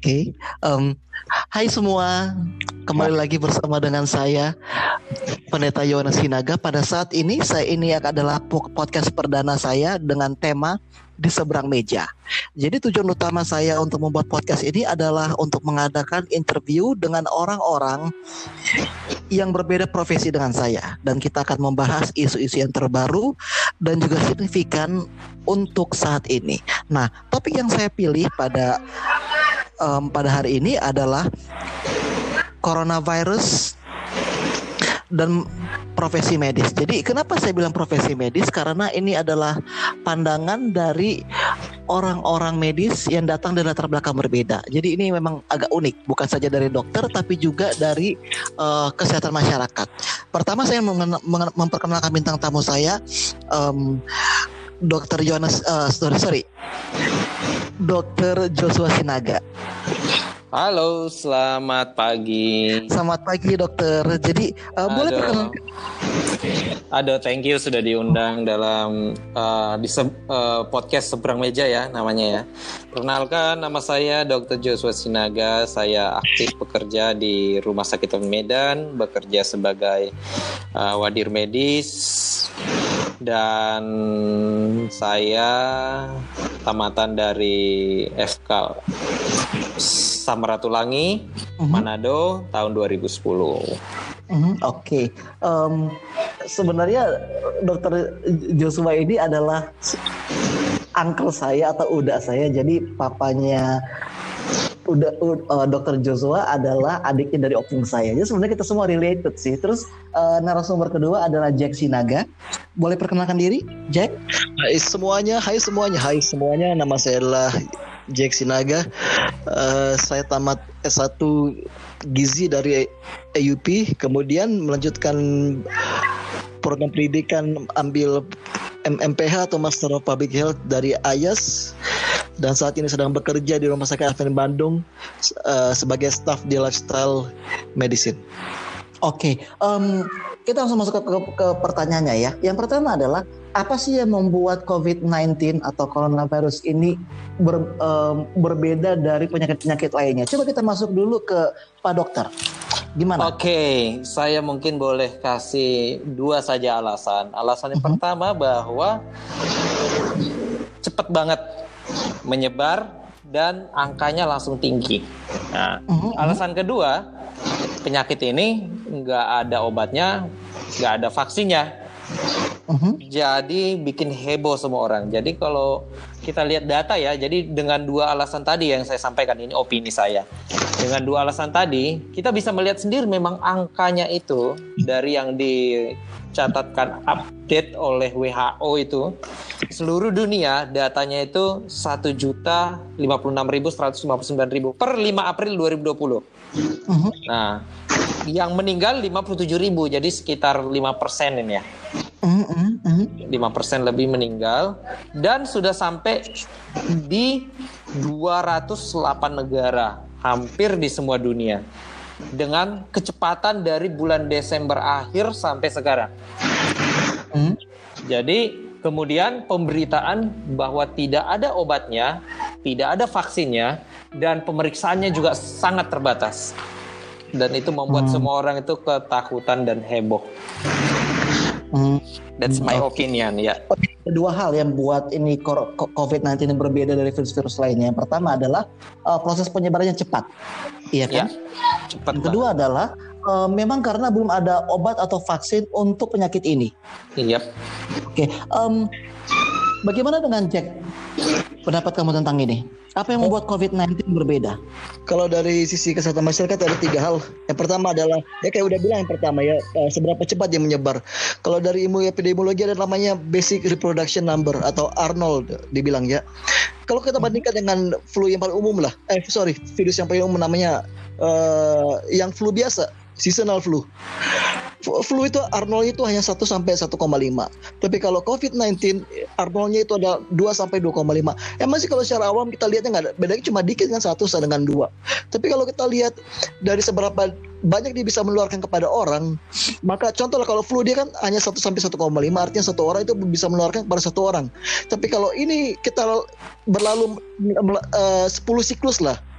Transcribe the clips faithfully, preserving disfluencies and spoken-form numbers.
Oke, em, hai semua, kembali lagi bersama dengan saya, Pendeta Yohanes Sinaga. Pada saat ini, saya ini adalah po- podcast perdana saya dengan tema Di Seberang Meja. Jadi tujuan utama saya untuk membuat podcast ini adalah untuk mengadakan interview dengan orang-orang yang berbeda profesi dengan saya. Dan kita akan membahas isu-isu yang terbaru dan juga signifikan untuk saat ini. Nah, topik yang saya pilih pada um, pada hari ini adalah coronavirus dan profesi medis. Jadi kenapa saya bilang profesi medis? Karena ini adalah pandangan dari orang-orang medis yang datang dari latar belakang berbeda. Jadi ini memang agak unik, bukan saja dari dokter tapi juga dari uh, kesehatan masyarakat. Pertama saya mengen- mengen- memperkenalkan bintang tamu saya, um, dokter Yohanes, uh, sorry sorry, dokter Joshua Sinaga. Halo, selamat pagi. Selamat pagi dokter. Jadi uh, boleh perkenalkan? Aduh, thank you sudah diundang dalam uh, di se- uh, podcast Seberang Meja ya namanya ya. Perkenalkan, nama saya dokter Joshua Sinaga. Saya aktif bekerja di Rumah Sakit Medan, bekerja sebagai uh, wadir medis, dan saya tamatan dari F K Samratulangi, uh-huh. Manado tahun dua ribu sepuluh. Uh-huh, Oke, okay. um, sebenarnya dokter Joshua ini adalah uncle saya atau uda saya. Jadi papanya udah uh, dokter Joshua adalah adiknya dari opung saya. Jadi sebenarnya kita semua related sih. Terus uh, narasumber kedua adalah Jack Sinaga. Boleh perkenalkan diri, Jack? Hai semuanya, hai semuanya, hai semuanya. Nama saya adalah Jack Sinaga. Uh, saya tamat S satu Gizi dari A U P, kemudian melanjutkan program pendidikan ambil M M P H atau Master of Public Health dari A Y A S, dan saat ini sedang bekerja di Rumah Sakit Advent Bandung uh, sebagai staf di Lifestyle Medicine. Oke, okay. um, kita langsung masuk ke, ke, ke pertanyaannya ya. Yang pertama adalah apa sih yang membuat covid sembilan belas atau coronavirus ini ber, um, berbeda dari penyakit-penyakit lainnya? Coba kita masuk dulu ke Pak Dokter. Gimana? Oke, okay, saya mungkin boleh kasih dua saja alasan. Alasan yang uh-huh. pertama bahwa cepat banget menyebar dan angkanya langsung tinggi. Nah, uh-huh. alasan kedua, penyakit ini nggak ada obatnya, nggak ada vaksinnya. Uh-huh. Jadi bikin heboh semua orang. Jadi kalau kita lihat data ya, jadi dengan dua alasan tadi yang saya sampaikan, ini opini saya. Dengan dua alasan tadi, kita bisa melihat sendiri memang angkanya itu dari yang dicatatkan update oleh W H O itu seluruh dunia datanya itu satu juta lima puluh enam ribu seratus lima puluh sembilan ribu per lima April dua ribu dua puluh. Uh-huh. Nah, yang meninggal lima puluh tujuh ribu, jadi sekitar lima persen ini ya. lima persen lebih meninggal dan sudah sampai di dua ratus delapan negara, hampir di semua dunia, dengan kecepatan dari bulan Desember akhir sampai sekarang. Hmm. Jadi kemudian pemberitaan bahwa tidak ada obatnya, tidak ada vaksinnya, dan pemeriksaannya juga sangat terbatas. Dan itu membuat hmm. semua orang itu ketakutan dan heboh. Hmm. That's my opinion ya. Dua hal yang buat ini covid sembilan belas ini berbeda dari virus-virus lainnya. Yang pertama adalah uh, proses penyebarannya cepat, iya kan? Ya, cepat. Yang kedua banget. adalah uh, memang karena belum ada obat atau vaksin untuk penyakit ini. Iya. Oke, okay. um, bagaimana dengan Jack? Pendapat kamu tentang ini? Apa yang membuat covid sembilan belas berbeda? Kalau dari sisi kesehatan masyarakat ada tiga hal. Yang pertama adalah, ya kayak udah bilang yang pertama ya, seberapa cepat dia menyebar. Kalau dari ilmu epidemiologi ada namanya basic reproduction number atau Arnold dibilang ya. Kalau kita bandingkan dengan flu yang paling umum lah, eh sorry, virus yang paling umum namanya uh, yang flu biasa, seasonal flu. Flu itu Arnold itu hanya satu sampai satu koma lima. Tapi kalau covid sembilan belas Arnoldnya itu ada dua sampai dua koma lima. Emang sih kalau secara awam kita lihatnya nggak ada, bedanya cuma dikit kan, satu dengan dua. Tapi kalau kita lihat dari seberapa banyak dia bisa menularkan kepada orang, maka contoh lah kalau flu dia kan hanya satu sampai satu koma lima, artinya satu orang itu bisa menularkan kepada satu orang. Tapi kalau ini kita berlalu uh, sepuluh siklus lah,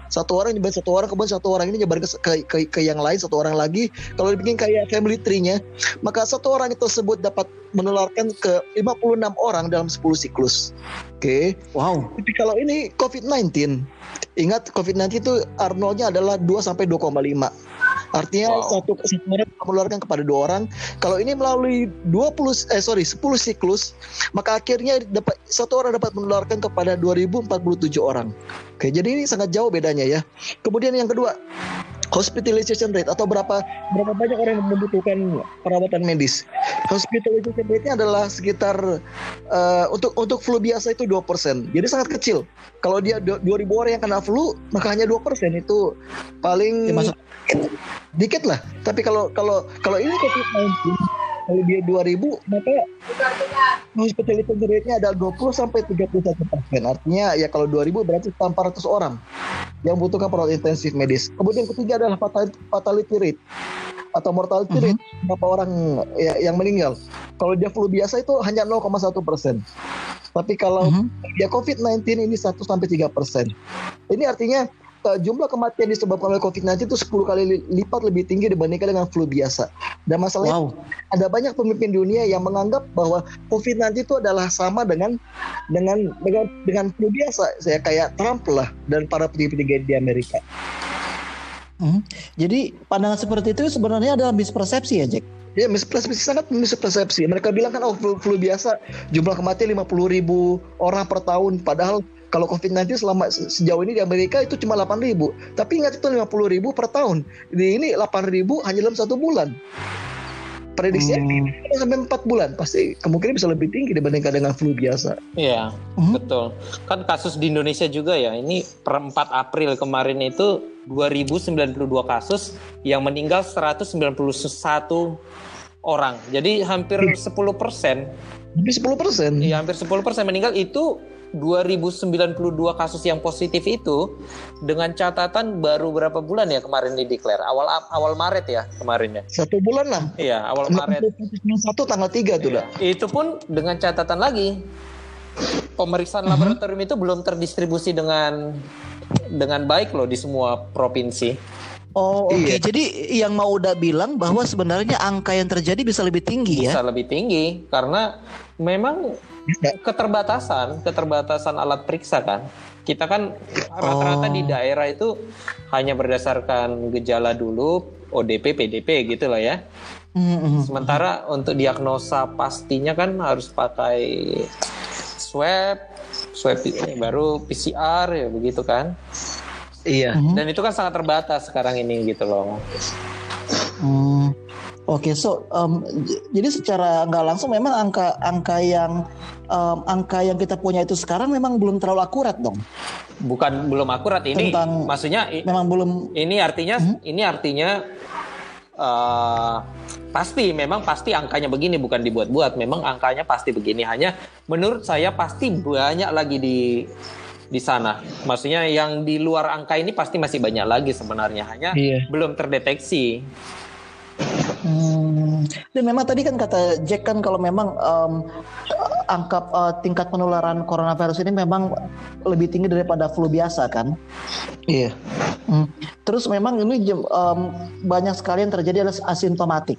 Satu orang nyebar satu orang, kemudian satu orang ini nyebar ke, ke, ke, ke yang lain, satu orang lagi. Kalau dibikin kayak family tree-nya, maka satu orang tersebut dapat menularkan ke lima puluh enam orang dalam sepuluh siklus. Oke. Okay. Wow. Tapi kalau ini covid sembilan belas, ingat covid sembilan belas itu Arnoldnya adalah dua sampai dua koma lima. Artinya wow. satu, satu orang menularkan kepada dua orang. Kalau ini melalui dua puluh eh sorry sepuluh siklus, maka akhirnya dapat satu orang dapat menularkan kepada dua ribu empat puluh tujuh orang. Oke, jadi ini sangat jauh bedanya ya. Kemudian yang kedua, hospitalization rate atau berapa berapa banyak orang yang membutuhkan perawatan medis. Hospitalization rate-nya adalah sekitar uh, untuk untuk flu biasa itu dua persen. Jadi sangat kecil. Kalau dia dua ribu orang yang kena flu, maka hanya dua persen itu paling ya, masuk dikit lah. Tapi kalau kalau kalau ini covid sembilan belas, kalau dia dua ribu, maka hospitalization rate-nya adalah dua puluh sampai tiga puluh satu persen. Artinya ya kalau dua ribu berarti empat ratus orang yang membutuhkan perawatan intensif medis. Kemudian ketiga adalah fatality rate atau mortality rate, uh-huh. berapa orang ya, yang meninggal. Kalau dia flu biasa itu hanya nol koma satu persen. Tapi kalau uh-huh. dia covid sembilan belas ini satu sampai tiga persen. Ini artinya uh, jumlah kematian disebabkan oleh covid sembilan belas itu sepuluh kali lipat lebih tinggi dibandingkan dengan flu biasa. Dan masalahnya wow. ada banyak pemimpin dunia yang menganggap bahwa covid sembilan belas itu adalah sama dengan dengan dengan dengan flu biasa. Saya kayak Trump lah dan para petinggi-petinggi di Amerika. Hmm. Jadi pandangan seperti itu sebenarnya adalah mispersepsi ya, Jack? Ya, mispersepsi, sangat mispersepsi. Mereka bilang kan oh flu, flu biasa jumlah kematian lima puluh ribu orang per tahun. Padahal kalau covid sembilan belas selama sejauh ini di Amerika itu cuma delapan ribu. Tapi ingat itu lima puluh ribu per tahun. Di ini delapan ribu hanya dalam satu bulan. Prediksinya hmm. sampai empat bulan pasti kemungkinan bisa lebih tinggi dibandingkan dengan flu biasa. Iya, hmm. betul. Kan kasus di Indonesia juga ya. Ini per empat April kemarin itu dua ribu sembilan puluh dua kasus, yang meninggal seratus sembilan puluh satu orang. Jadi hampir sepuluh persen. Hampir sepuluh persen. Iya, hampir sepuluh persen meninggal. Itu dua ribu sembilan puluh dua kasus yang positif itu dengan catatan baru berapa bulan ya kemarin dideklar? Awal awal Maret ya kemarin ya. Satu bulan lah. Iya, awal Maret. Satu tanggal tiga tuh dah. Itu pun dengan catatan lagi pemeriksaan uh-huh. laboratorium itu belum terdistribusi dengan dengan baik loh di semua provinsi. Oh oke, okay. Iya. Jadi yang mau udah bilang bahwa sebenarnya angka yang terjadi bisa lebih tinggi ya? Bisa lebih tinggi karena memang keterbatasan, keterbatasan alat periksa kan. Kita kan rata-rata oh. di daerah itu hanya berdasarkan gejala dulu, O D P, P D P gitu lah ya. Mm-hmm. Sementara untuk diagnosa pastinya kan harus pakai swab, swab baru P C R ya begitu kan. Iya. Dan itu kan sangat terbatas sekarang ini gitu loh. Hmm. Oke, okay, so um, j- jadi secara nggak langsung memang angka angka yang um, angka yang kita punya itu sekarang memang belum terlalu akurat dong. Bukan belum akurat ini, tentang, maksudnya i- memang belum. Ini artinya, hmm? ini artinya uh, pasti, memang pasti angkanya begini, bukan dibuat-buat. Memang angkanya pasti begini. Hanya menurut saya pasti banyak lagi di di sana. Maksudnya yang di luar angka ini pasti masih banyak lagi sebenarnya, hanya iya. belum terdeteksi. Hmm. Dan memang tadi kan kata Jack kan kalau memang um, angka uh, tingkat penularan coronavirus ini memang lebih tinggi daripada flu biasa kan? Iya. Hmm. Terus memang ini um, banyak sekali yang terjadi adalah asimptomatik.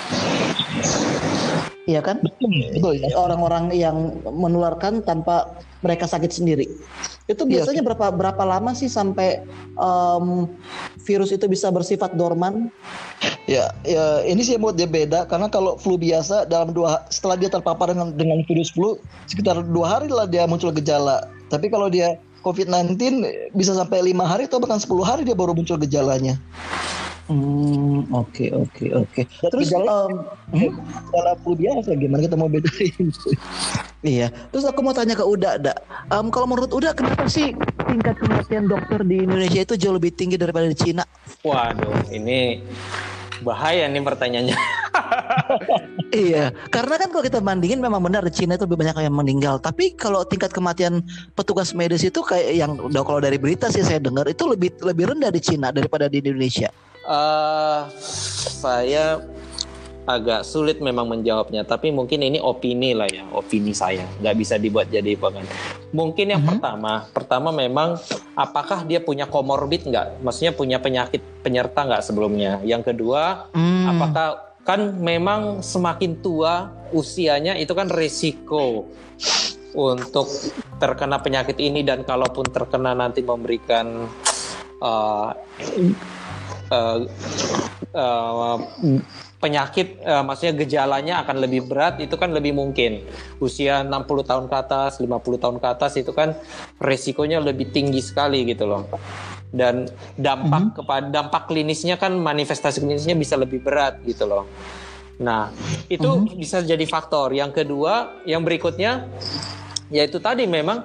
Iya kan? Betul, betul ya. Orang-orang yang menularkan tanpa mereka sakit sendiri. Itu biasanya ya. berapa berapa lama sih sampai um, virus itu bisa bersifat dorman? Ya, ya ini sih mau dia beda karena kalau flu biasa dalam dua setelah dia terpapar dengan dengan virus flu sekitar dua hari lah dia muncul gejala. Tapi kalau dia covid sembilan belas bisa sampai lima hari atau bahkan sepuluh hari dia baru muncul gejalanya. Hmm, oke oke oke. Terus gejala, um, hmm? gejala flu biasa gimana kita mau bedain? Iya. Terus aku mau tanya ke Uda, Da. Um, kalau menurut Uda kenapa sih tingkat kematian dokter di Indonesia itu jauh lebih tinggi daripada di Cina? Waduh, ini bahaya nih pertanyaannya. Iya, karena kan kalau kita bandingin memang benar di Cina itu lebih banyak yang meninggal. Tapi kalau tingkat kematian petugas medis itu kayak yang udah kalau dari berita sih saya dengar itu lebih lebih rendah di Cina daripada di Indonesia. Uh, saya agak sulit memang menjawabnya, tapi mungkin ini opini lah ya, opini saya, nggak bisa dibuat jadi bagan. Mungkin yang mm-hmm. pertama, pertama memang apakah dia punya komorbid nggak? Maksudnya punya penyakit penyerta nggak sebelumnya? Yang kedua, mm. apakah kan memang semakin tua usianya itu kan risiko untuk terkena penyakit ini, dan kalaupun terkena nanti memberikan uh, uh, uh, penyakit, uh, maksudnya gejalanya akan lebih berat, itu kan lebih mungkin. Usia enam puluh tahun ke atas, lima puluh tahun ke atas itu kan resikonya lebih tinggi sekali gitu loh. Dan dampak mm-hmm. kepada dampak klinisnya kan, manifestasi klinisnya bisa lebih berat gitu loh. Nah, itu mm-hmm. bisa jadi faktor. Yang kedua, yang berikutnya yaitu tadi memang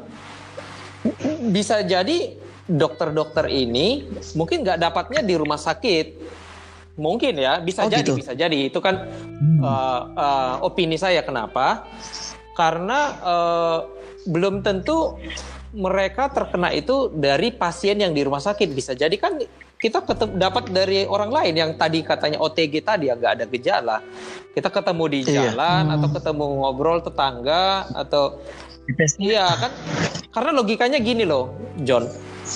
bisa jadi dokter-dokter ini mungkin nggak dapatnya di rumah sakit. Mungkin ya, bisa oh, jadi, gitu. bisa jadi. Itu kan hmm. uh, uh, opini saya. Kenapa? Karena uh, belum tentu mereka terkena itu dari pasien yang di rumah sakit. Bisa jadi kan kita ketemu, dapat dari orang lain yang tadi katanya O T G tadi ya, nggak ada gejala. Kita ketemu di jalan iya. hmm. atau ketemu ngobrol tetangga atau iya kan? Karena logikanya gini loh, John.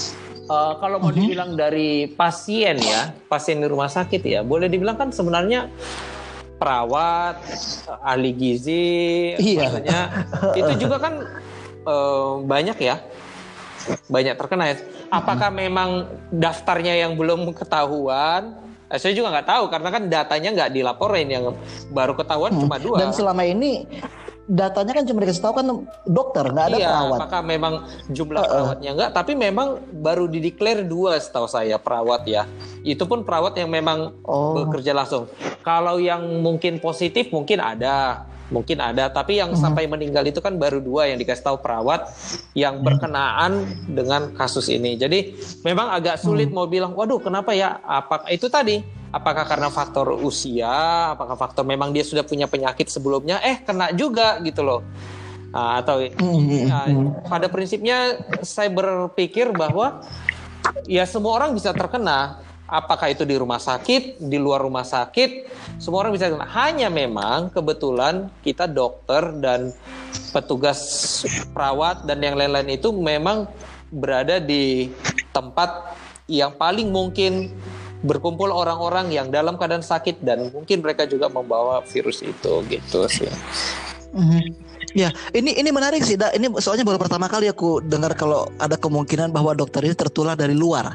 Uh, kalau mau dibilang dari pasien ya, pasien di rumah sakit ya, boleh dibilang kan sebenarnya perawat, ahli gizi, iya. maksudnya itu juga kan uh, banyak ya, banyak terkena. Apakah memang daftarnya yang belum ketahuan? Eh, saya juga nggak tahu karena kan datanya nggak dilaporin, yang baru ketahuan hmm. cuma dua. Dan selama ini datanya kan cuma dikasih tahu kan dokter, nggak ada iya, perawat. Apakah memang jumlah uh, perawatnya enggak? Tapi memang baru dideklar dua setahu saya perawat ya. Itu pun perawat yang memang oh. bekerja langsung. Kalau yang mungkin positif mungkin ada, mungkin ada. Tapi yang uh-huh. sampai meninggal itu kan baru dua yang dikasih tahu perawat yang berkenaan dengan kasus ini. Jadi memang agak sulit uh-huh. mau bilang, waduh kenapa ya? Apakah itu tadi? Apakah karena faktor usia, apakah faktor memang dia sudah punya penyakit sebelumnya, eh kena juga gitu loh. Nah, atau nah, pada prinsipnya saya berpikir bahwa ya semua orang bisa terkena. Apakah itu di rumah sakit, di luar rumah sakit, semua orang bisa terkena. Hanya memang kebetulan kita dokter dan petugas perawat dan yang lain-lain itu memang berada di tempat yang paling mungkin berkumpul orang-orang yang dalam keadaan sakit dan mungkin mereka juga membawa virus itu gitu sih. Mm-hmm. Ya, ini ini menarik sih, Da. Ini soalnya baru pertama kali aku dengar kalau ada kemungkinan bahwa dokter ini tertular dari luar.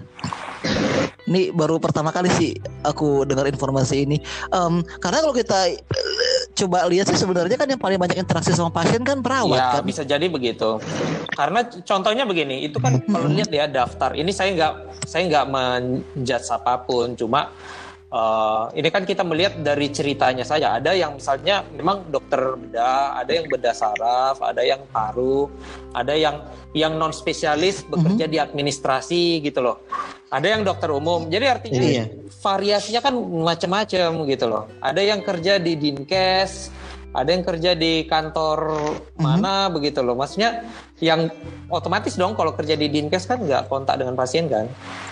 Ini baru pertama kali sih aku dengar informasi ini. Um, karena kalau kita coba lihat sih sebenarnya kan yang paling banyak interaksi sama pasien kan perawat ya, kan. Bisa jadi begitu. Karena contohnya begini, itu kan kalau lihat ya daftar. Ini saya nggak saya nggak menjudge apapun, cuma uh, ini kan kita melihat dari ceritanya saja. Ada yang misalnya memang dokter bedah, ada yang bedah saraf, ada yang paru, ada yang yang non spesialis bekerja mm-hmm. di administrasi gitu loh. Ada yang dokter umum. Jadi artinya iya. variasinya kan macam-macam gitu loh. Ada yang kerja di Dinkes, ada yang kerja di kantor mm-hmm. mana begitu loh. Maksudnya yang otomatis dong kalau kerja di Dinkes kan nggak kontak dengan pasien kan.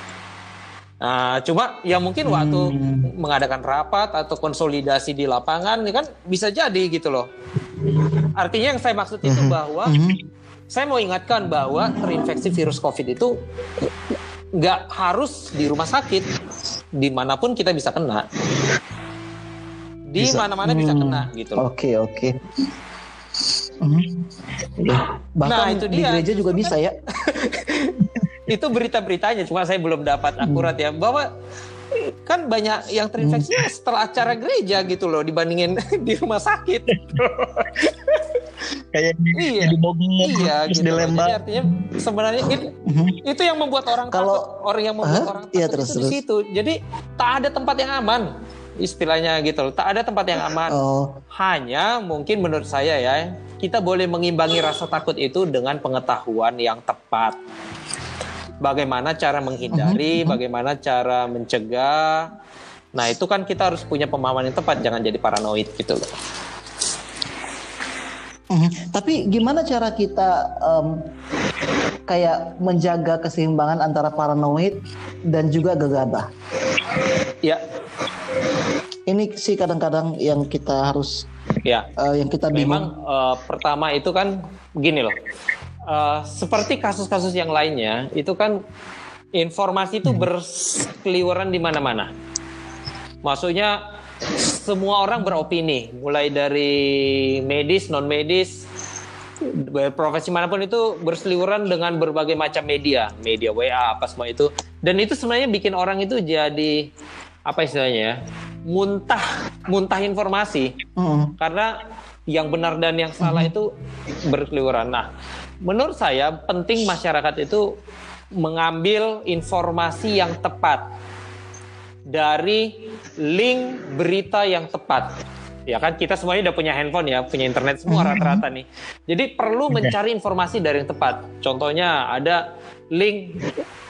Nah, cuma ya mungkin waktu hmm. mengadakan rapat atau konsolidasi di lapangan kan bisa jadi gitu loh. Artinya yang saya maksud itu mm-hmm. bahwa mm-hmm. saya mau ingatkan bahwa terinfeksi virus COVID itu nggak harus di rumah sakit, dimanapun kita bisa kena, di bisa. mana-mana bisa kena gitu loh. Oke oke. Bahkan nah, itu di dia. Gereja juga bisa ya. Itu berita-beritanya, cuma saya belum dapat akurat ya, bahwa kan banyak yang terinfeksi hmm. setelah acara gereja gitu loh dibandingin di rumah sakit. Kayak di, iya, di Bogor, iya, terus gitu. di Lembang. Jadi artinya sebenarnya itu, itu yang membuat orang kalau takut, orang yang membuat huh? orang takut iya, terus, itu terus. di situ. Jadi tak ada tempat yang aman, istilahnya gitu loh. Tak ada tempat yang aman. Oh. Hanya mungkin menurut saya ya, kita boleh mengimbangi rasa takut itu dengan pengetahuan yang tepat. Bagaimana cara menghindari, uh-huh. bagaimana cara mencegah. Nah itu kan kita harus punya pemahaman yang tepat, jangan jadi paranoid gitu loh. Uh-huh. Tapi gimana cara kita um, kayak menjaga keseimbangan antara paranoid dan juga gegabah? Ya, Ini sih kadang-kadang yang kita harus Ya, uh, yang kita bingung. memang uh, pertama itu kan begini loh. Uh, seperti kasus-kasus yang lainnya, itu kan informasi itu berseliweran di mana-mana. Maksudnya semua orang beropini, mulai dari medis, non medis, profesi manapun itu berseliweran dengan berbagai macam media, media W A apa semua itu. Dan itu sebenarnya bikin orang itu jadi apa istilahnya ya? muntah muntah informasi. Uh-huh. Karena yang benar dan yang salah uh-huh. itu berseliweran. Nah, menurut saya penting masyarakat itu mengambil informasi yang tepat dari link berita yang tepat. Ya kan kita semuanya udah punya handphone ya, punya internet semua rata-rata nih. Jadi perlu mencari informasi dari yang tepat. Contohnya ada link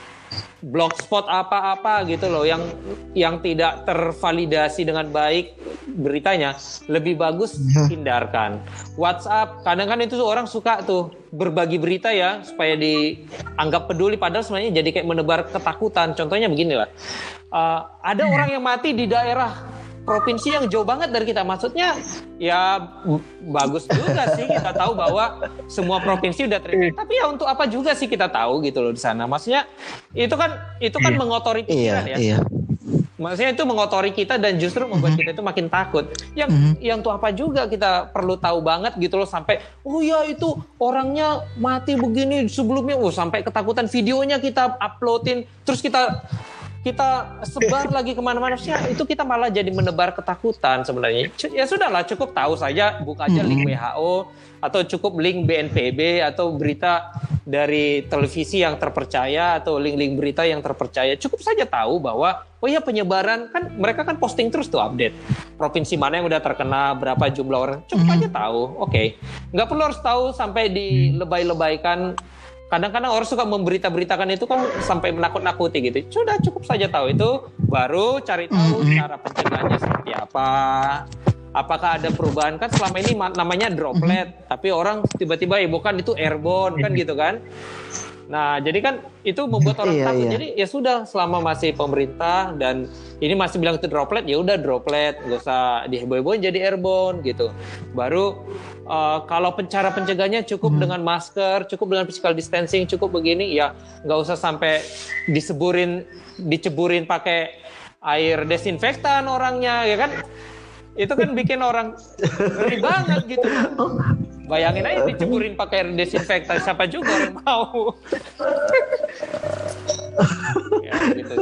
blogspot apa-apa gitu loh yang yang tidak tervalidasi dengan baik beritanya, lebih bagus hindarkan. WhatsApp, kadang kan itu tuh orang suka tuh berbagi berita ya supaya dianggap peduli, padahal sebenarnya jadi kayak menebar ketakutan. Contohnya beginilah, uh, ada orang yang mati di daerah provinsi yang jauh banget dari kita. Maksudnya ya bagus juga sih kita tahu bahwa semua provinsi udah terinfeksi. Tapi ya untuk apa juga sih kita tahu gitu loh di sana. Maksudnya itu kan itu kan mengotori pikiran ya. Iya. Maksudnya itu mengotori kita dan justru membuat kita itu makin takut. Yang mm-hmm. yang tuh apa juga kita perlu tahu banget gitu loh, sampai oh ya itu orangnya mati begini sebelumnya, oh sampai ketakutan, videonya kita uploadin terus kita kita sebar lagi kemana-mana, itu kita malah jadi menebar ketakutan sebenarnya. Ya sudahlah, cukup tahu saja, buka aja link W H O atau cukup link B N P B atau berita dari televisi yang terpercaya atau link-link berita yang terpercaya. Cukup saja tahu bahwa oh ya penyebaran kan mereka kan posting terus tuh update provinsi mana yang udah terkena, berapa jumlah orang. Cukup aja tahu. Oke, okay. Nggak perlu harus tahu sampai dilebay-lebaykan. Kadang-kadang orang suka memberita-beritakan itu kan sampai menakut-nakuti gitu. Sudah cukup saja tahu itu, baru cari tahu cara pencegahannya seperti apa. Apakah ada perubahan, kan selama ini namanya droplet, tapi orang tiba-tiba ya bukan itu airborne kan gitu kan. Nah, jadi kan itu membuat orang iya, takut. iya. Jadi ya sudah, selama masih pemerintah dan ini masih bilang itu droplet, ya udah droplet, nggak usah diheboh-hebohin jadi airborne gitu. Baru uh, kalau cara pencegahannya cukup hmm. dengan masker, cukup dengan physical distancing, cukup begini, ya nggak usah sampai diseburin, diceburin pakai air desinfektan orangnya, ya kan? Itu kan bikin orang ngeri banget gitu. Bayangin aja diceburin pakai air desinfektan, siapa juga orang mau. Ya, gitu.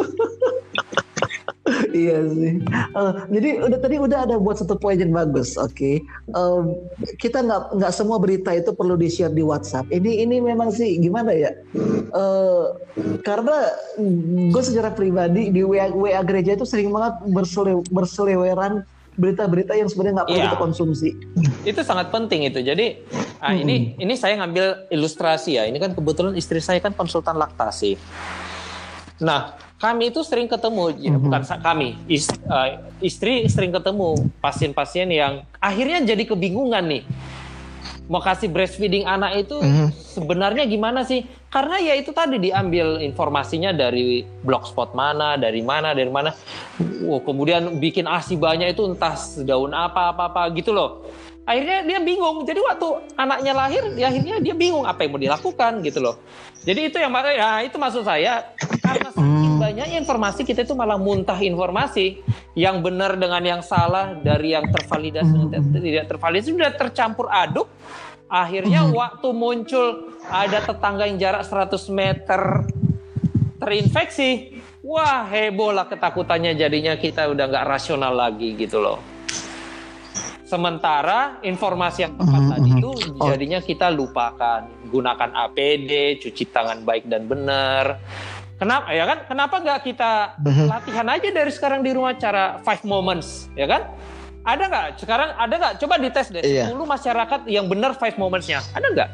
Iya sih. Uh, jadi udah tadi udah ada buat satu poin yang bagus. Oke, okay. um, kita nggak nggak semua berita itu perlu di share di WhatsApp. Ini ini memang sih gimana ya? Uh, karena gue secara pribadi di W A, W A gereja itu sering banget bersele, berseleweran berita-berita yang sebenarnya nggak perlu iya. kita konsumsi. Itu sangat penting itu. Jadi ah, hmm. ini ini saya ngambil ilustrasi ya. Ini kan kebetulan istri saya kan konsultan laktasi. Nah, kami itu sering ketemu, ya, mm-hmm. bukan kami, is, uh, istri sering ketemu pasien-pasien yang akhirnya jadi kebingungan nih. Mau kasih breastfeeding anak itu mm-hmm. sebenarnya gimana sih? Karena ya itu tadi diambil informasinya dari blogspot mana, dari mana, dari mana. Oh, kemudian bikin ASI banyak itu entah daun apa-apa-apa gitu loh. Akhirnya dia bingung. Jadi waktu anaknya lahir, ya akhirnya dia bingung apa yang mau dilakukan gitu loh. Jadi itu yang ya itu maksud saya, karena saking banyaknya informasi, kita itu malah muntah informasi yang benar dengan yang salah, dari yang tervalidasi dan tidak tervalidasi sudah tercampur aduk. Akhirnya waktu muncul ada tetangga yang jarak seratus meter terinfeksi, wah heboh lah ketakutannya, jadinya kita udah nggak rasional lagi gitu loh. Sementara informasi yang tepat mm-hmm. tadi itu jadinya kita lupakan. Gunakan A P D, cuci tangan baik dan benar. Kenapa ya kan? Kenapa nggak kita latihan aja dari sekarang di rumah cara five moments, ya kan? Ada nggak? Sekarang ada nggak? Coba dites deh. Iya. sepuluh masyarakat yang benar five moments-nya. Ada nggak?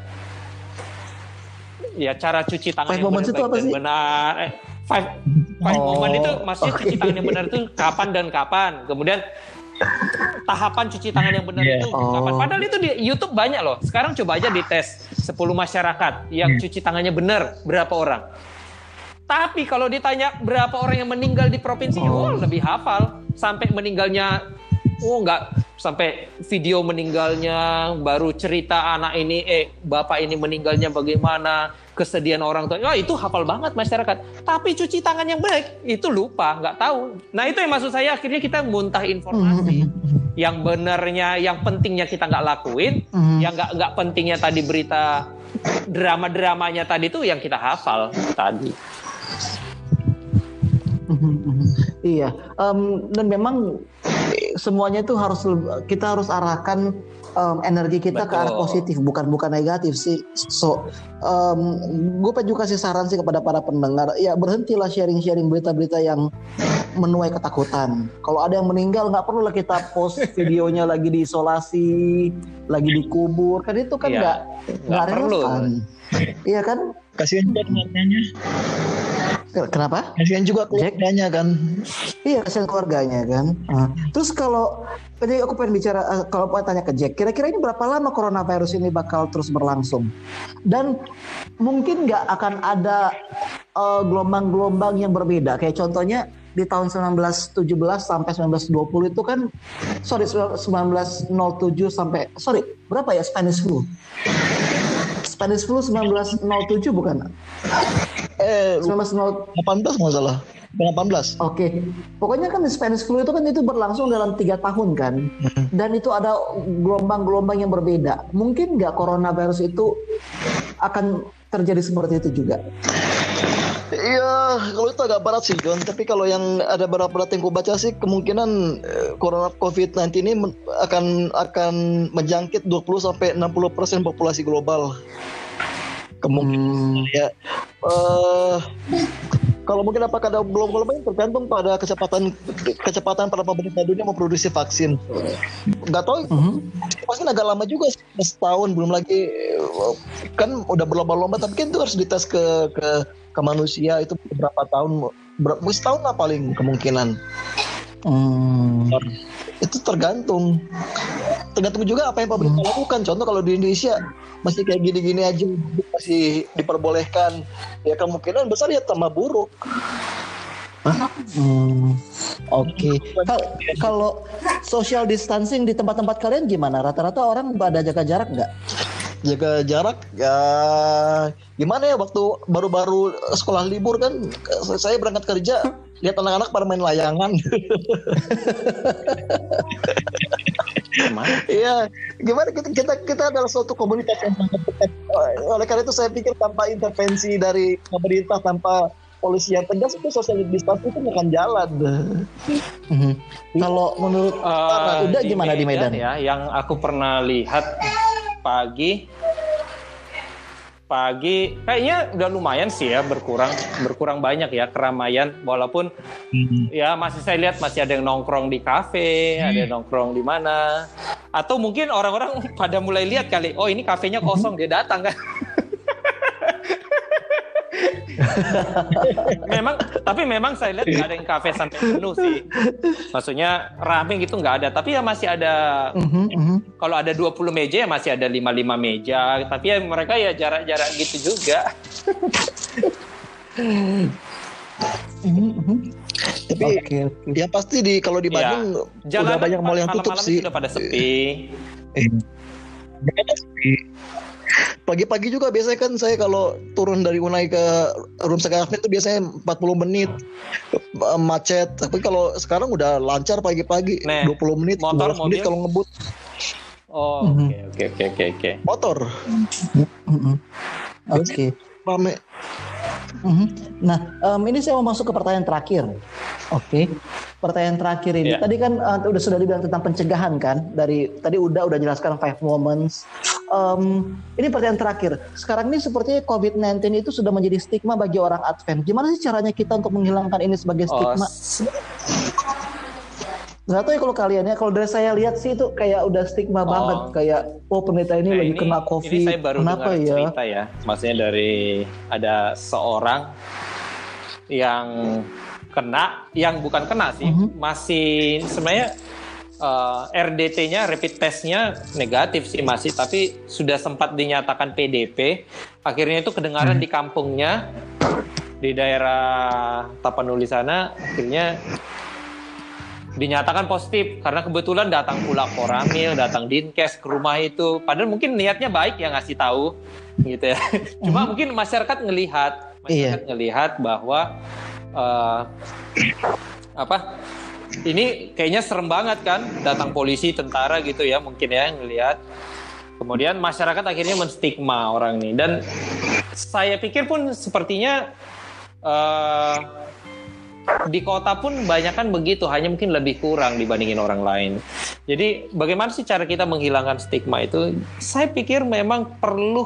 Ya cara cuci tangan five yang benar, baik dan sih? benar. Eh, five five oh, moment itu maksudnya okay. cuci tangan yang benar itu kapan dan kapan. Kemudian tahapan cuci tangan yang benar yeah. itu oh. kapan? Padahal itu di YouTube banyak loh. Sekarang coba aja dites sepuluh masyarakat yang hmm. cuci tangannya benar, berapa orang? Tapi kalau ditanya berapa orang yang meninggal di provinsi, oh, oh lebih hafal. sampai meninggalnya, oh nggak sampai video meninggalnya, baru cerita anak ini, eh bapak ini meninggalnya bagaimana, kesedihan orang tua. Wah itu hafal banget masyarakat. Tapi cuci tangan yang baik itu lupa, nggak tahu. Nah itu yang maksud saya, akhirnya kita muntah informasi. Yang benarnya, yang pentingnya kita nggak lakuin, yang nggak nggak pentingnya tadi berita drama-dramanya tadi tuh yang kita hafal tadi. Iya, um, dan memang semuanya itu harus kita harus arahkan um, energi kita Betul. ke arah positif, bukan bukan negatif sih. So, um, gue pengen juga kasih saran sih kepada para pendengar, ya berhentilah sharing-sharing berita-berita yang menuai ketakutan. Kalau ada yang meninggal, nggak perlu lah kita post videonya lagi diisolasi, lagi dikubur, kan itu kan nggak nggak relevan. Iya kan? Kasihan keluarganya. Kenapa? Kasihan juga keluarganya kan. Iya, kasihan keluarganya kan. Uh. Terus kalau tadi aku pengen bicara, uh, kalau pengen tanya ke Jack, kira-kira ini berapa lama coronavirus ini bakal terus berlangsung? Dan mungkin nggak akan ada uh, gelombang-gelombang yang berbeda. Kayak contohnya di tahun sembilan belas tujuh belas sampai sembilan belas dua puluh itu kan, sorry sembilan belas nol tujuh sampai sorry berapa ya Spanish flu? Spanish flu sembilan belas nol tujuh bukan? Eh, sembilan belas delapan belas nggak salah. delapan belas. Oke, okay. Pokoknya kan Spanish flu itu kan itu berlangsung dalam tiga tahun kan, dan itu ada gelombang-gelombang yang berbeda. Mungkin nggak coronavirus itu akan terjadi seperti itu juga? Iya, kalau itu agak berat sih John. Tapi kalau yang ada berat-berat yang gue baca sih, kemungkinan eh, corona covid sembilan belas ini men- akan akan menjangkit dua puluh sampai enam puluh persen populasi global. Kemungkinan hmm. ya. Uh, kalau mungkin apakah ada gelombang-gelombang tergantung pada kecepatan kecepatan para pemerintah dunia memproduksi vaksin. Nggak tahu, uh-huh. pasti agak lama juga, setahun belum lagi kan udah berlomba-lomba, tapi kan itu harus dites ke ke ke manusia, itu berapa tahun, berapa setahun lah paling kemungkinan. Hmm. Itu tergantung tergantung juga apa yang pemerintah hmm. lakukan. Contoh kalau di Indonesia masih kayak gini-gini aja, masih diperbolehkan, ya kemungkinan besar ya tambah buruk. Hmm. Oke. Okay. Kalau social distancing di tempat-tempat kalian gimana? Rata-rata orang pada jaga jarak nggak? Jaga jarak ya gimana ya, waktu baru-baru sekolah libur kan saya berangkat kerja, lihat anak-anak pada main layangan. Iya, gimana kita, kita kita adalah suatu komunitas yang sangat dekat. Oleh karena itu saya pikir tanpa intervensi dari pemerintah, tanpa polisi yang tegas, itu social distancing itu akan jalan. Mm-hmm. Kalau menurut uh, udah gimana di Medan? Di Medan ya, yang aku pernah lihat pagi pagi kayaknya udah lumayan sih ya, berkurang berkurang banyak ya keramaian, walaupun hmm. ya masih saya lihat masih ada yang nongkrong di kafe, hmm. ada yang nongkrong di mana, atau mungkin orang-orang pada mulai lihat kali, oh ini kafenya kosong, hmm. dia datang kan. Memang, tapi memang saya lihat nggak ada yang kafe sampai penuh sih. Maksudnya rame gitu nggak ada. Tapi ya masih ada. Uh-huh, uh-huh. Kalau ada dua puluh meja ya masih ada lima puluh lima meja. Tapi ya mereka ya jarak-jarak gitu juga. uh-huh. Tapi okay, okay. ya pasti di kalau di Bandung ya, udah banyak mall yang tutup sih. Sudah pada sepi. Eh. Pagi-pagi juga biasanya kan saya kalau turun dari Unai ke Room Cafe itu biasanya empat puluh menit macet. Tapi kalau sekarang udah lancar pagi-pagi, Nih, dua puluh menit, motor, dua belas menit kalau ngebut. Oh, oke oke oke oke oke. Motor. Oke. Rame. Mm-hmm. Nah, um, ini saya mau masuk ke pertanyaan terakhir. Oke, okay. Pertanyaan terakhir ini yeah. tadi kan uh, udah sudah dibilang tentang pencegahan kan? Dari tadi udah udah jelaskan five moments. Um, ini pertanyaan terakhir. Sekarang ini sepertinya covid sembilan belas itu sudah menjadi stigma bagi orang Advent. Gimana sih caranya kita untuk menghilangkan ini sebagai stigma? Oh. Nggak tahu ya kalau kalian ya, kalau dari saya lihat sih itu kayak udah stigma oh. banget, kayak oh pendeta ini nah, lagi ini, kena covid. Ini saya baru Kenapa dengar ya? cerita ya, maksudnya dari ada seorang yang kena, yang bukan kena sih, uh-huh. masih sebenarnya uh, R D T-nya, rapid test-nya negatif sih masih, tapi sudah sempat dinyatakan P D P. Akhirnya itu kedengaran uh-huh. di kampungnya, di daerah Tapanuli sana, akhirnya dinyatakan positif karena kebetulan datang pula Koramil, datang Dinkes ke rumah itu. Padahal mungkin niatnya baik ya ngasih tahu gitu ya. Cuma mm-hmm. mungkin masyarakat ngelihat, masyarakat iya. ngelihat bahwa uh, apa? Ini kayaknya serem banget kan, datang polisi, tentara gitu ya mungkin ya ngelihat. Kemudian masyarakat akhirnya menstigma orang ini dan saya pikir pun sepertinya uh, di kota pun banyak kan begitu, hanya mungkin lebih kurang dibandingin orang lain. Jadi bagaimana sih cara kita menghilangkan stigma itu? Saya pikir memang perlu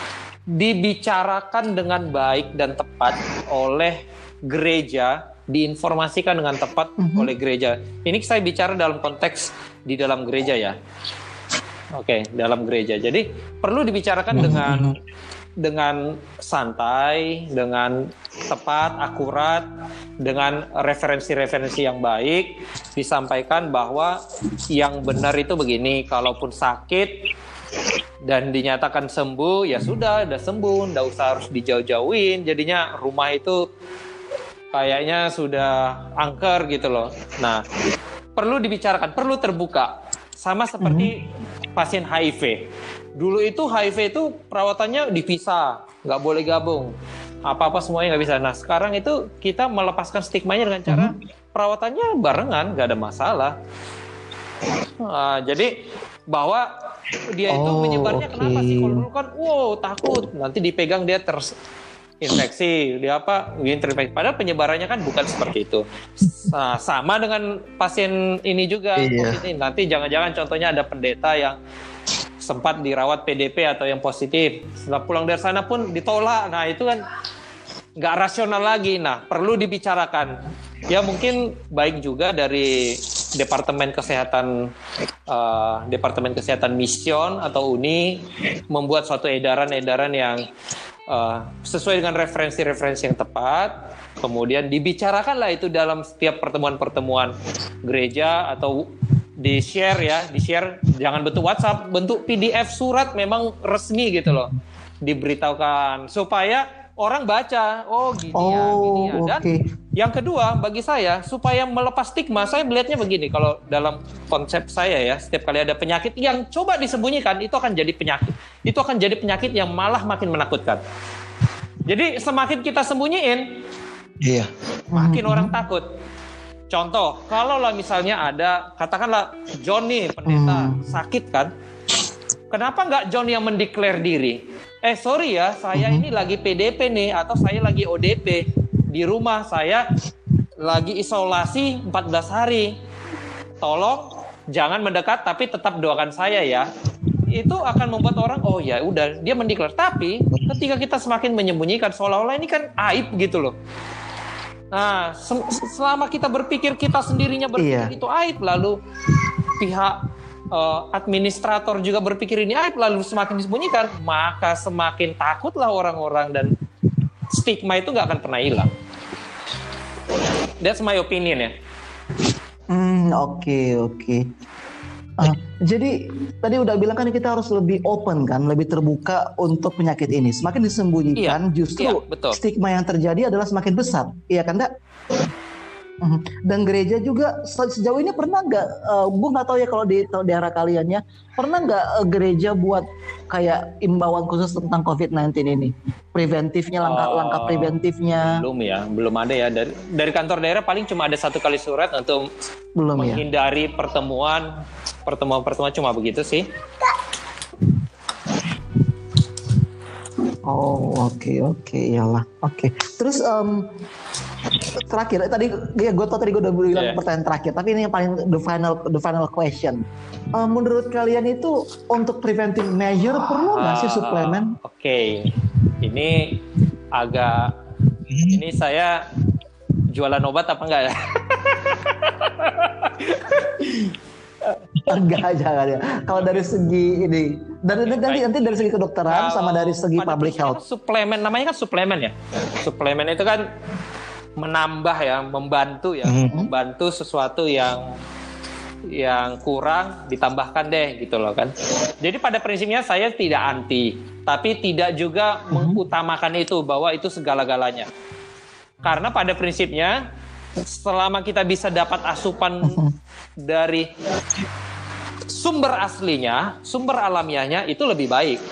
dibicarakan dengan baik dan tepat oleh gereja, diinformasikan dengan tepat mm-hmm. oleh gereja. Ini saya bicara dalam konteks di dalam gereja ya. Oke, dalam gereja. Jadi perlu dibicarakan mm-hmm. dengan dengan santai, dengan tepat, akurat, dengan referensi-referensi yang baik, disampaikan bahwa yang benar itu begini, kalaupun sakit dan dinyatakan sembuh, ya sudah, udah sembuh, nggak usah harus dijauh-jauhin, jadinya rumah itu kayaknya sudah angker gitu loh. Nah, perlu dibicarakan, perlu terbuka, sama seperti mm-hmm. pasien H I V. Dulu itu H I V itu perawatannya dipisah, nggak boleh gabung, apa-apa semuanya nggak bisa. Nah sekarang itu kita melepaskan stigmanya dengan cara mm-hmm. perawatannya barengan, nggak ada masalah. Nah, jadi bahwa dia itu oh, menyebarnya okay. kenapa sih? Kalau dulu kan, wow takut nanti dipegang dia terinfeksi, dia apa, terinfeksi. Padahal penyebarannya kan bukan seperti itu. Nah, sama dengan pasien ini juga, iya. nanti jangan-jangan contohnya ada pendeta yang sempat dirawat P D P atau yang positif, setelah pulang dari sana pun ditolak. Nah itu kan nggak rasional lagi. Nah perlu dibicarakan. Ya mungkin baik juga dari Departemen Kesehatan uh, Departemen Kesehatan Mission atau Uni membuat suatu edaran-edaran yang uh, sesuai dengan referensi-referensi yang tepat. Kemudian dibicarakanlah itu dalam setiap pertemuan-pertemuan gereja atau di-share ya, di-share jangan bentuk WhatsApp, bentuk P D F surat memang resmi gitu loh. Diberitahukan supaya orang baca, oh gini oh, ya, gini ya. Dan okay. yang kedua bagi saya supaya melepas stigma, saya melihatnya begini, kalau dalam konsep saya ya, setiap kali ada penyakit yang coba disembunyikan itu akan jadi penyakit. Itu akan jadi penyakit yang malah makin menakutkan. Jadi semakin kita sembunyiin, iya, makin mm-hmm. orang takut. Contoh, kalau lah misalnya ada, katakanlah John nih pendeta hmm. sakit kan, kenapa nggak John yang mendeklar diri? Eh sorry ya, saya hmm. ini lagi P D P nih, atau saya lagi O D P di rumah, saya lagi isolasi empat belas hari. Tolong jangan mendekat, tapi tetap doakan saya ya. Itu akan membuat orang, oh ya udah, dia mendeklar. Tapi ketika kita semakin menyembunyikan, seolah-olah ini kan aib gitu loh. Nah, selama kita berpikir kita sendirinya berpikir iya. itu aib, lalu pihak uh, administrator juga berpikir ini aib, lalu semakin disembunyikan, maka semakin takutlah orang-orang dan stigma itu nggak akan pernah hilang. That's my opinion ya. Hmm, oke okay, oke. Okay. Uh, jadi tadi udah bilang kan kita harus lebih open kan, lebih terbuka untuk penyakit ini. Semakin disembunyikan, iya, justru iya, stigma yang terjadi adalah semakin besar, iya kan, Dak? Dan gereja juga sejauh ini pernah nggak, uh, gue nggak tahu ya kalau di daerah kaliannya, pernah nggak uh, gereja buat kayak imbauan khusus tentang covid sembilan belas ini, preventifnya, langkah-langkah preventifnya? Belum ya, belum ada ya. Dari dari kantor daerah paling cuma ada satu kali surat untuk belum menghindari ya? pertemuan, pertemuan-pertemuan cuma begitu sih. Oh oke okay, oke okay, iyalah oke. Okay. Terus um, terakhir tadi ya gue tau tadi gue udah bilang yeah. pertanyaan terakhir, tapi ini yang paling the final the final question. Uh, menurut kalian itu untuk preventive measure perlu nggak sih suplemen? Oke, okay. Ini agak ini saya jualan obat apa enggak ya? Enggak, jangan ya. Kalau dari segi ini, dari okay, nanti nanti dari segi kedokteran kalau sama dari segi public health. Suplemen, namanya kan suplemen ya. Suplemen itu kan menambah ya, membantu ya, mm-hmm. membantu sesuatu yang yang kurang ditambahkan deh gitu loh kan. Jadi pada prinsipnya saya tidak anti, tapi tidak juga mm-hmm. mengutamakan itu bahwa itu segala-galanya. Karena pada prinsipnya selama kita bisa dapat asupan dari sumber aslinya, sumber alamiahnya, itu lebih baik.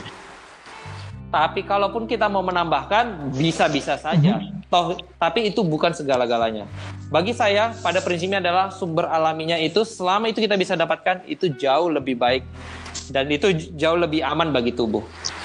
Tapi kalaupun kita mau menambahkan, bisa-bisa saja. Toh, tapi itu bukan segala-galanya. Bagi saya, pada prinsipnya adalah sumber alaminya itu, selama itu kita bisa dapatkan, itu jauh lebih baik. Dan itu jauh lebih aman bagi tubuh.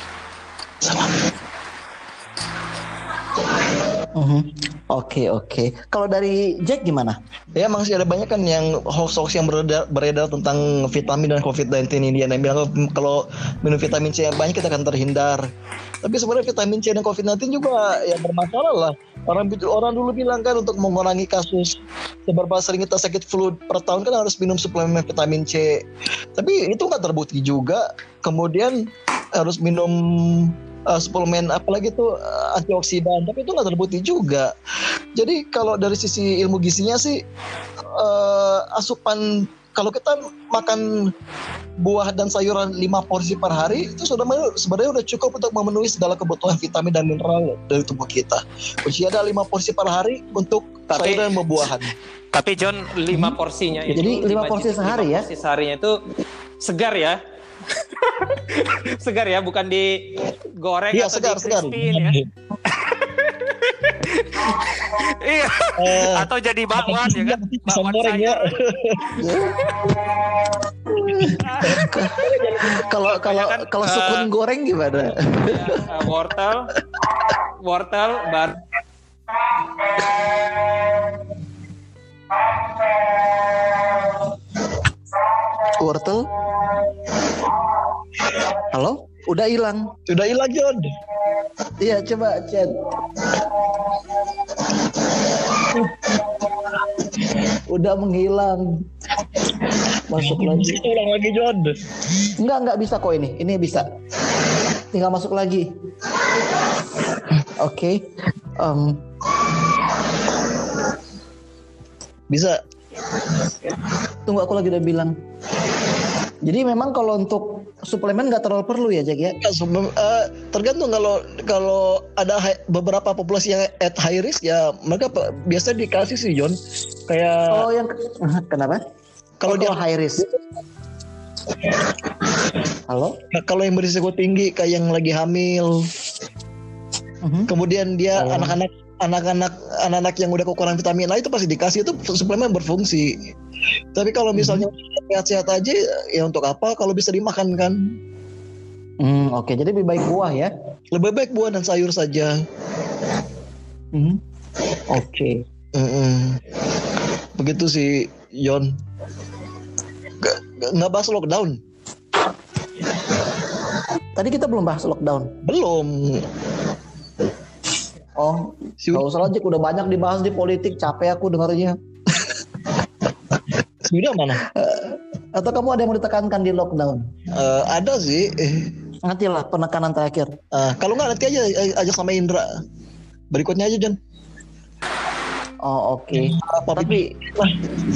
Mhm. Oke oke. Kalau dari Jack gimana? Ya emang sih ada banyak kan yang hoax-hoax yang beredar, beredar tentang vitamin dan covid sembilan belas ini. Yang bilang kalau minum vitamin C yang banyak kita akan terhindar. Tapi sebenarnya vitamin C dan covid sembilan belas juga ya bermasalah lah. Orang orang dulu bilang kan untuk mengurangi kasus seberapa sering kita sakit flu per tahun kan harus minum suplemen vitamin C. Tapi itu nggak terbukti juga. Kemudian harus minum uh, suplemen apalagi tuh uh, antioksidan, tapi itu nggak terbukti juga. Jadi kalau dari sisi ilmu gizinya sih uh, asupan kalau kita makan buah dan sayuran lima porsi per hari itu sudah sebenarnya sudah cukup untuk memenuhi segala kebutuhan vitamin dan mineral dari tubuh kita. Kunci ada lima porsi per hari untuk Tapi, sayuran dan buah-buahan. Tapi John, lima porsinya itu, Jadi lima porsi sehari ya? Porsi seharinya itu segar ya. Segar ya, bukan digoreng Iya, atau segar, segar. di-crispin ya. Iya. Eh, Atau jadi bakwan ya kan? Bakwan goreng ya. Kalau kalau kan, kalau sukun uh, goreng gimana? Ya, uh, wortel, wortel, bar. Wortel? Halo? Udah hilang. Sudah hilang John. Iya, coba chat. Udah menghilang. Masuk lagi. Ulang lagi John. Enggak, enggak bisa kok ini. Ini bisa. Tinggal masuk lagi. Oke. Okay. Um, Bisa. tunggu, aku lagi udah bilang. Jadi memang kalau untuk suplemen nggak terlalu perlu ya, Jack ya? Ya, sebelum, uh, tergantung kalau kalau ada high, beberapa populasi yang at high risk ya mereka pe- biasa dikasih sih John. Kayak Oh, yang kenapa? kalau Oh, dia kalau high risk. Halo? kalau yang berisiko tinggi kayak yang lagi hamil, Mhm. kemudian dia Oh. anak-anak anak-anak anak-anak yang udah kekurangan vitamin A itu pasti dikasih, itu suplemen berfungsi. Tapi kalau misalnya sehat-sehat aja ya untuk apa kalau bisa dimakan kan? Hmm, oke. Jadi lebih baik buah ya. Lebih baik buah dan sayur saja. Mhm. Oke. Mm-mm. Begitu sih Yon. G- g- nggak bahas lockdown. Tadi kita belum bahas lockdown. Belum. Oh, Si nggak usah Jack, udah banyak dibahas di politik, capek aku dengarnya. Sudah mana? Atau kamu ada yang mau ditekankan di lockdown? Eh, ada sih. Eh, Nantilah penekanan terakhir. ah, kalau nggak nanti aja eh, aja sama Indra. Berikutnya aja John. Oh, oke. Apa Tapi lah.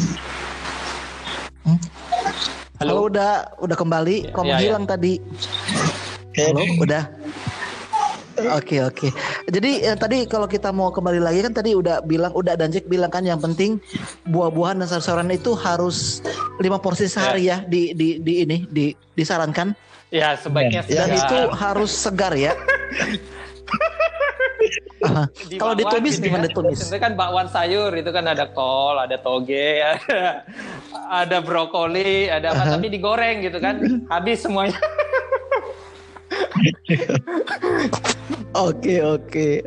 Hmm? Halo. Halo, udah udah kembali. Kamu Ya, ya. hilang tadi. Halo, udah. Oke oke. Jadi eh, tadi kalau kita mau kembali lagi kan tadi udah bilang, udah dan Jack bilang kan yang penting buah-buahan dan sayur-sayuran itu harus lima porsi sehari ya, di di di ini di disarankan. Ya, sebaiknya Ya, Dan segar. itu harus segar ya. Ah, Di kalau bakwan ditumis gitu gimana ya. ditumis? Itu kan bakwan sayur, itu kan ada kol, ada toge, ada, ada brokoli, ada apa, Aha. tapi digoreng gitu kan, habis semuanya. Oke oke.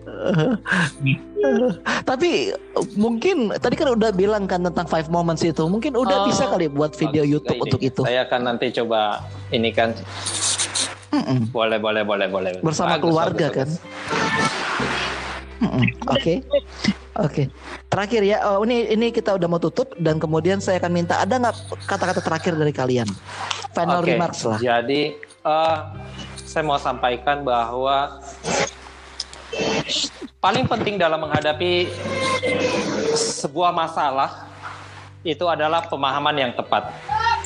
Tapi mungkin tadi kan udah bilang kan tentang five moments itu. Mungkin udah Oh, bisa kali buat video bagus YouTube juga untuk ide. itu. Saya akan nanti coba ini kan. Mm-mm. Boleh, boleh, boleh, boleh. Bersama Bagus, keluarga bagus, kan. bagus. Mm-mm. Oke. Oke. Terakhir ya. Oh, ini ini kita udah mau tutup dan kemudian saya akan minta ada nggak kata-kata terakhir dari kalian? Final Oke, remarks lah. Jadi eh, saya mau sampaikan bahwa paling penting dalam menghadapi sebuah masalah itu adalah pemahaman yang tepat.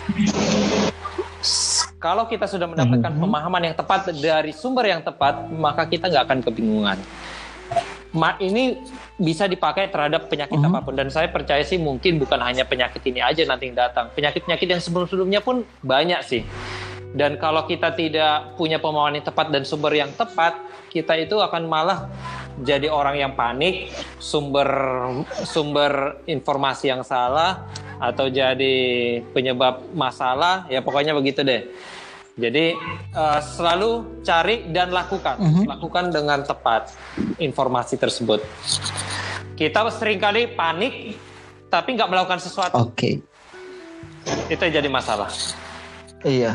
Kalau kita sudah mendapatkan Mhm. pemahaman yang tepat dari sumber yang tepat, maka kita nggak akan kebingungan. Ma, ini bisa dipakai terhadap penyakit Mhm. apapun, dan saya percaya sih mungkin bukan hanya penyakit ini aja nanti yang datang, penyakit-penyakit yang sebelum-sebelumnya pun banyak sih. Dan kalau kita tidak punya pemahaman yang tepat dan sumber yang tepat, kita itu akan malah jadi orang yang panik, sumber sumber informasi yang salah, atau jadi penyebab masalah, ya pokoknya begitu deh. Jadi uh, selalu cari dan lakukan, Mhm. lakukan dengan tepat informasi tersebut. Kita seringkali panik, tapi nggak melakukan sesuatu. Oke. Itu yang jadi masalah. Iya.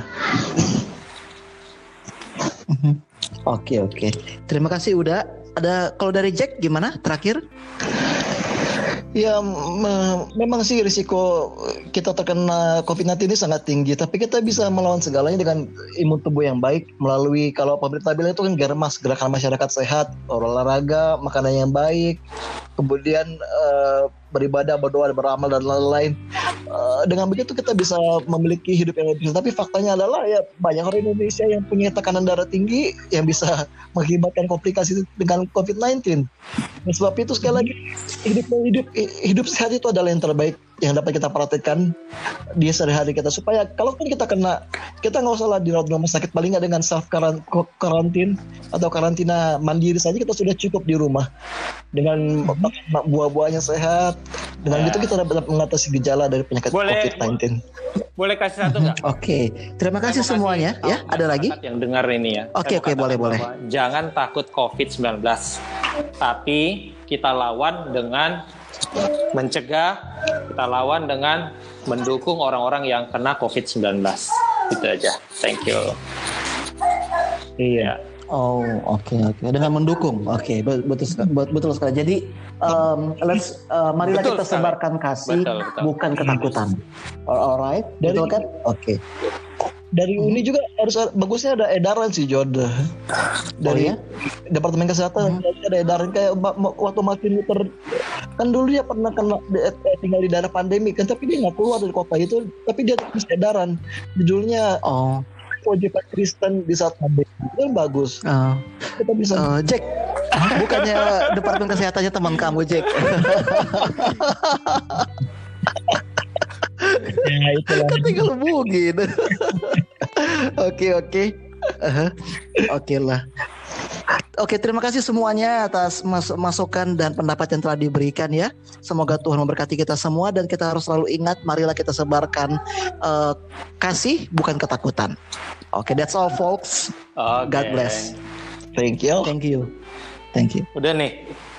Mhm. Oke oke. Terima kasih udah. Ada kalau dari Jack gimana terakhir? Ya me- memang sih risiko kita terkena covid sembilan belas ini sangat tinggi, tapi kita bisa melawan segalanya dengan imun tubuh yang baik melalui, kalau pemerintah bilang itu kan Germas, gerakan masyarakat sehat, olahraga, makanan yang baik, kemudian eh, beribadah, berdoa, beramal dan lain-lain. Eh, dengan begitu kita bisa memiliki hidup yang lebih. Tapi faktanya adalah ya banyak orang Indonesia yang punya tekanan darah tinggi yang bisa mengakibatkan komplikasi dengan covid sembilan belas. Dan sebab itu sekali lagi hidup hidup hidup sehat itu adalah yang terbaik yang dapat kita praktekkan di sehari-hari kita, supaya kalaupun kita kena, kita nggak usah lah dirawat di rumah sakit, paling nggak dengan self karantin atau karantina mandiri saja kita sudah cukup di rumah dengan makan buah-buahnya sehat. Dengan Ya. itu kita dapat mengatasi gejala dari penyakit Boleh- covid sembilan belas. Boleh kasih satu nggak? Oke. Terima kasih Saya mau semuanya kasih ya. tahu Ada lagi? masyarakat yang dengar ini ya. Oke, Saya mau oke, boleh, katakan boleh. bahwa jangan takut covid sembilan belas. Tapi kita lawan dengan mencegah, kita lawan dengan mendukung orang-orang yang kena covid sembilan belas. Itu aja. Thank you. Iya. Oh, oke oke. Dengan mendukung. Oke, be- betul sekali. bet- Betul sekali. Jadi um, let's uh, marilah Betul kita sekali. sebarkan kasih, Betul, betul. bukan ketakutan. Al- Alright, Dari- betul kan? Oke. Dari Uni juga harus bagusnya ada edaran sih, Jod. Dari Oh, ya? Departemen Kesehatan ada edaran kayak ma- ma- waktu Martin Luther kan dulu dia pernah kena eh, tinggal di daerah pandemi kan, tapi dia nggak keluar dari kota itu, tapi dia tulis edaran judulnya Oh, kewajiban Kristen di saat pandemi. Itu kan bagus. uh, Kita bisa uh, Jack. Bukannya Departemen Kesehatannya teman kamu, Jack? ya itulah. Kan tinggal mungkin. Oke oke. Aha. Oke lah. Oke, terima kasih semuanya atas mas- masukan dan pendapat yang telah diberikan ya. Semoga Tuhan memberkati kita semua, dan kita harus selalu ingat, marilah kita sebarkan uh, kasih bukan ketakutan. Oke, that's all folks. Oke. God bless. Thank you. Thank you. Thank you. Udah nih.